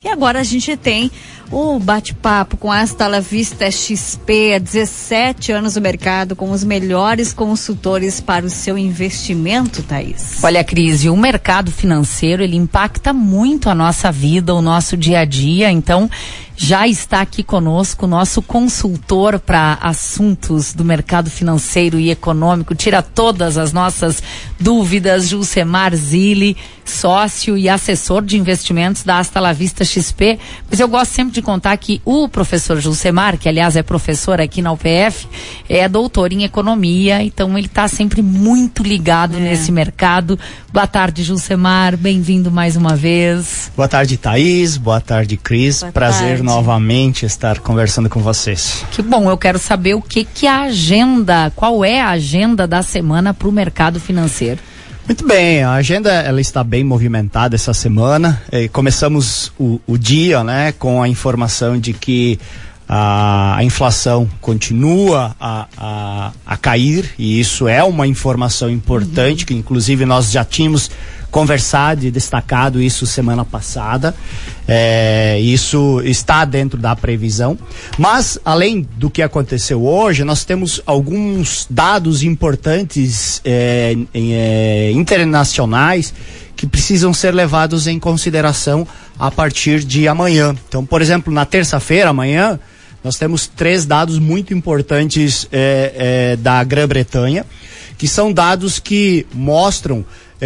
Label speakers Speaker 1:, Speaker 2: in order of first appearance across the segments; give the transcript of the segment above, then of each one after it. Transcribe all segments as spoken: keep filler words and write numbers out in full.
Speaker 1: E agora a gente tem o bate-papo com a Hasta La Vista X P, há dezessete anos no mercado, com os melhores consultores para o seu investimento, Thaís.
Speaker 2: Olha, Cris, o mercado financeiro, ele impacta muito a nossa vida, o nosso dia a dia, então já está aqui conosco o nosso consultor para assuntos do mercado financeiro e econômico, tira todas as nossas dúvidas, Julcemar Zilli, sócio e assessor de investimentos da Hasta La Vista X P. Mas eu gosto sempre de contar que o professor Julcemar, que aliás é professor aqui na U P F, é doutor em economia, então ele está sempre muito ligado é. nesse mercado. Boa tarde, Julcemar, bem-vindo mais uma vez.
Speaker 3: Boa tarde, Thaís, boa tarde, Cris, boa prazer tarde. novamente estar conversando com vocês.
Speaker 2: Que bom, eu quero saber o que que é a agenda, qual é a agenda da semana para o mercado financeiro.
Speaker 3: Muito bem, a agenda ela está bem movimentada essa semana. Eh, começamos o, o dia, né, com a informação de que a, a inflação continua a, a, a cair, e isso é uma informação importante, uhum. que inclusive nós já tínhamos conversado e destacado isso semana passada. É, isso está dentro da previsão, mas além do que aconteceu hoje, nós temos alguns dados importantes é, é, internacionais que precisam ser levados em consideração a partir de amanhã. Então, por exemplo, na terça-feira, amanhã, nós temos três dados muito importantes é, é, da Grã-Bretanha, que são dados que mostram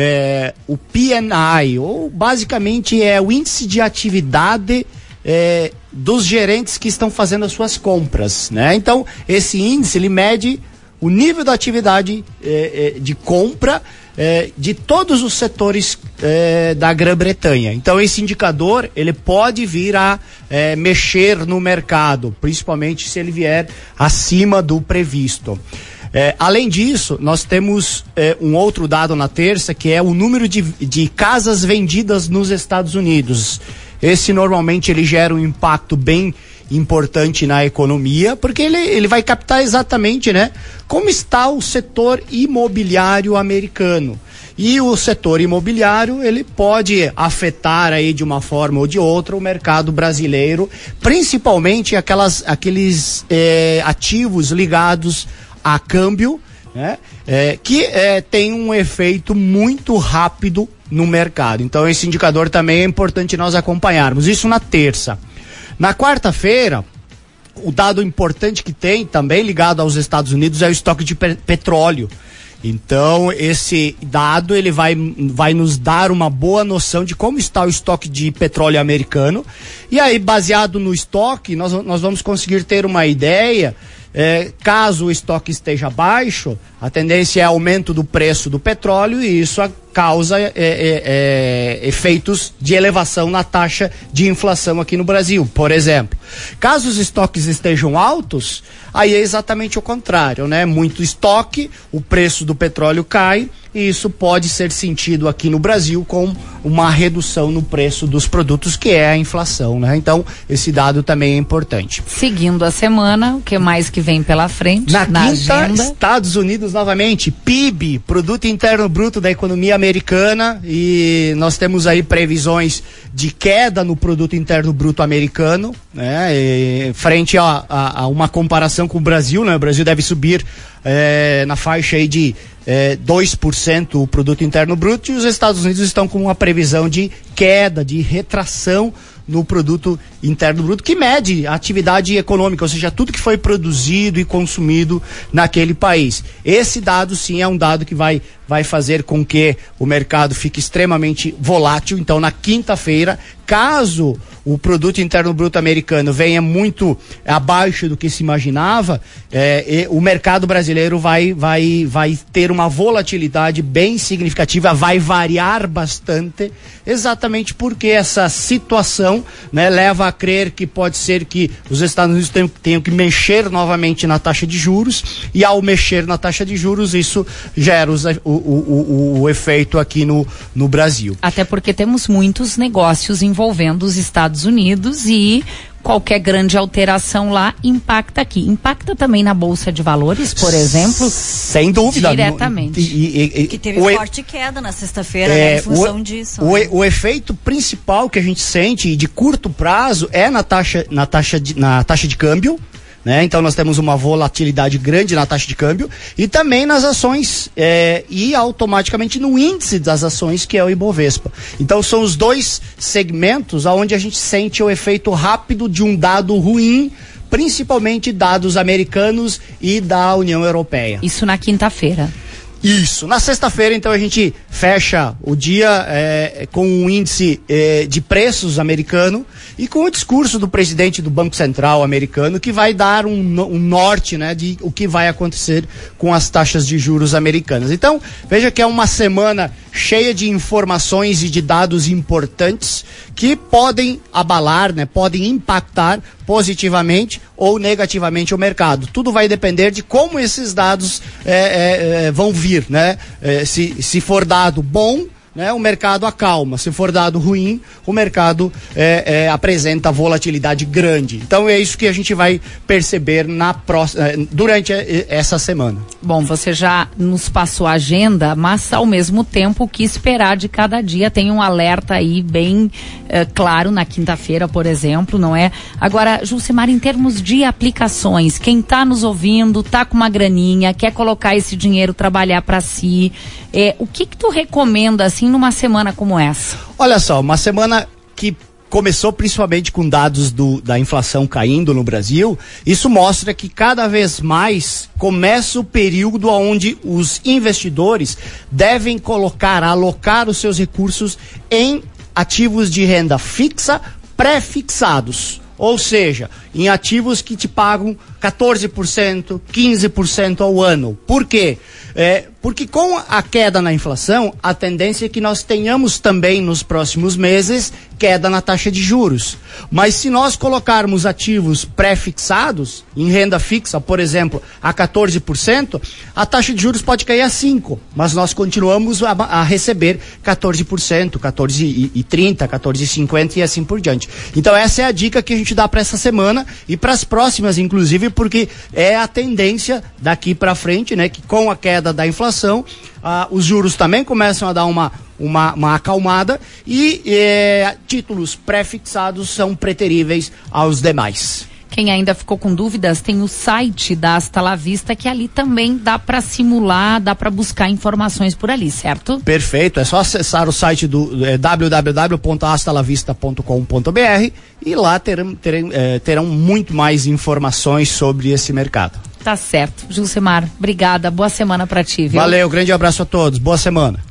Speaker 3: É, o P M I, ou basicamente é o índice de atividade é, dos gerentes que estão fazendo as suas compras, né? Então, esse índice, ele mede o nível da atividade é, é, de compra é, de todos os setores é, da Grã-Bretanha. Então, esse indicador, ele pode vir a é, mexer no mercado, principalmente se ele vier acima do previsto. É, além disso, nós temos é, um outro dado na terça, que é o número de, de casas vendidas nos Estados Unidos. Esse normalmente ele gera um impacto bem importante na economia, porque ele, ele vai captar exatamente, né, como está o setor imobiliário americano. E o setor imobiliário, ele pode afetar aí de uma forma ou de outra o mercado brasileiro, principalmente aquelas, aqueles é, ativos ligados a câmbio, né, é, que é, tem um efeito muito rápido no mercado. Então esse indicador também é importante nós acompanharmos. Isso na terça. Na quarta-feira, o dado importante que tem, também ligado aos Estados Unidos, é o estoque de pe- petróleo. Então esse dado ele vai, vai nos dar uma boa noção de como está o estoque de petróleo americano. E aí, baseado no estoque, nós, nós vamos conseguir ter uma ideia. É, caso o estoque esteja baixo, a tendência é aumento do preço do petróleo, e isso causa é, é, é, efeitos de elevação na taxa de inflação aqui no Brasil, por exemplo. Caso os estoques estejam altos, aí é exatamente o contrário, né? Muito estoque, o preço do petróleo cai, e isso pode ser sentido aqui no Brasil com uma redução no preço dos produtos, que é a inflação, né? Então, esse dado também é importante.
Speaker 2: Seguindo a semana, o que mais que vem pela frente?
Speaker 3: Na,
Speaker 2: na
Speaker 3: quinta,
Speaker 2: agenda?
Speaker 3: Estados Unidos novamente, P I B, Produto Interno Bruto da economia americana, e nós temos aí previsões de queda no Produto Interno Bruto americano, né? E, frente a, a, a uma comparação com o Brasil, né? O Brasil deve subir é, na faixa aí de é, dois por cento o Produto Interno Bruto, e os Estados Unidos estão com uma previsão de queda, de retração no Produto Interno Bruto, que mede a atividade econômica, ou seja, tudo que foi produzido e consumido naquele país. Esse dado, sim, é um dado que vai, vai fazer com que o mercado fique extremamente volátil. Então, na quinta-feira, caso o Produto Interno Bruto americano venha muito abaixo do que se imaginava, é, o mercado brasileiro vai, vai, vai ter uma volatilidade bem significativa, vai variar bastante, exatamente porque essa situação, né, leva a crer que pode ser que os Estados Unidos tenham, tenham que mexer novamente na taxa de juros, e ao mexer na taxa de juros, isso gera os, o, o, o, o efeito aqui no, no Brasil.
Speaker 2: Até porque temos muitos negócios envolvendo os Estados Unidos, e qualquer grande alteração lá impacta aqui. Impacta também na Bolsa de Valores, por exemplo?
Speaker 3: Sem dúvida.
Speaker 2: Diretamente.
Speaker 3: E, e, e,
Speaker 1: que teve
Speaker 3: o
Speaker 1: forte e... queda na sexta-feira,
Speaker 3: é,
Speaker 1: né, em função
Speaker 3: o,
Speaker 1: disso.
Speaker 3: O,
Speaker 1: né?
Speaker 3: o efeito principal que a gente sente de curto prazo é na taxa, na taxa, de, na taxa de câmbio. Né? Então nós temos uma volatilidade grande na taxa de câmbio e também nas ações é, e automaticamente no índice das ações, que é o Ibovespa. Então são os dois segmentos onde a gente sente o efeito rápido de um dado ruim, principalmente dados americanos e da União Europeia.
Speaker 2: Isso na quinta-feira.
Speaker 3: Isso. Na sexta-feira, então, a gente fecha o dia é, com um índice é, de preços americano e com o discurso do presidente do Banco Central americano, que vai dar um, um norte, né, de o que vai acontecer com as taxas de juros americanas. Então, veja que é uma semana cheia de informações e de dados importantes que podem abalar, né, podem impactar positivamente ou negativamente o mercado. Tudo vai depender de como esses dados é, é, vão vir, né? É, se, se for dado bom, né, o mercado acalma. Se for dado ruim, o mercado é, é, apresenta volatilidade grande. Então é isso que a gente vai perceber na próxima, durante essa semana.
Speaker 2: Bom, você já nos passou a agenda, mas ao mesmo tempo o que esperar de cada dia. Tem um alerta aí bem é, claro na quinta-feira, por exemplo, não é? Agora, Jucimar, em termos de aplicações, quem está nos ouvindo, tá com uma graninha, quer colocar esse dinheiro trabalhar para si, é, o que que tu recomenda assim numa semana como essa?
Speaker 3: Olha só, uma semana que começou principalmente com dados do, da inflação caindo no Brasil. Isso mostra que cada vez mais começa o período onde os investidores devem colocar, alocar os seus recursos em ativos de renda fixa pré-fixados. Ou seja, em ativos que te pagam quatorze por cento, quinze por cento ao ano. Por quê? É, porque com a queda na inflação, a tendência é que nós tenhamos também nos próximos meses queda na taxa de juros. Mas se nós colocarmos ativos pré-fixados, em renda fixa, por exemplo, a quatorze por cento, a taxa de juros pode cair a cinco por cento, mas nós continuamos a, a receber quatorze por cento, quatorze vírgula trinta por cento, quatorze vírgula cinquenta por cento e assim por diante. Então essa é a dica que a gente dá para essa semana e para as próximas, inclusive, porque é a tendência daqui para frente, né, que com a queda da inflação, ah, os juros também começam a dar uma, uma, uma acalmada e eh, títulos pré-fixados são preteríveis aos demais.
Speaker 2: Quem ainda ficou com dúvidas, tem o site da Hasta La Vista, que ali também dá para simular, dá para buscar informações por ali, certo?
Speaker 3: Perfeito, é só acessar o site do é, w w w ponto hasta la vista ponto com ponto b r e lá terão, terão, é, terão muito mais informações sobre esse mercado.
Speaker 2: Tá certo. Jucimar, obrigada, boa semana para ti, viu?
Speaker 3: Valeu, grande abraço a todos, boa semana.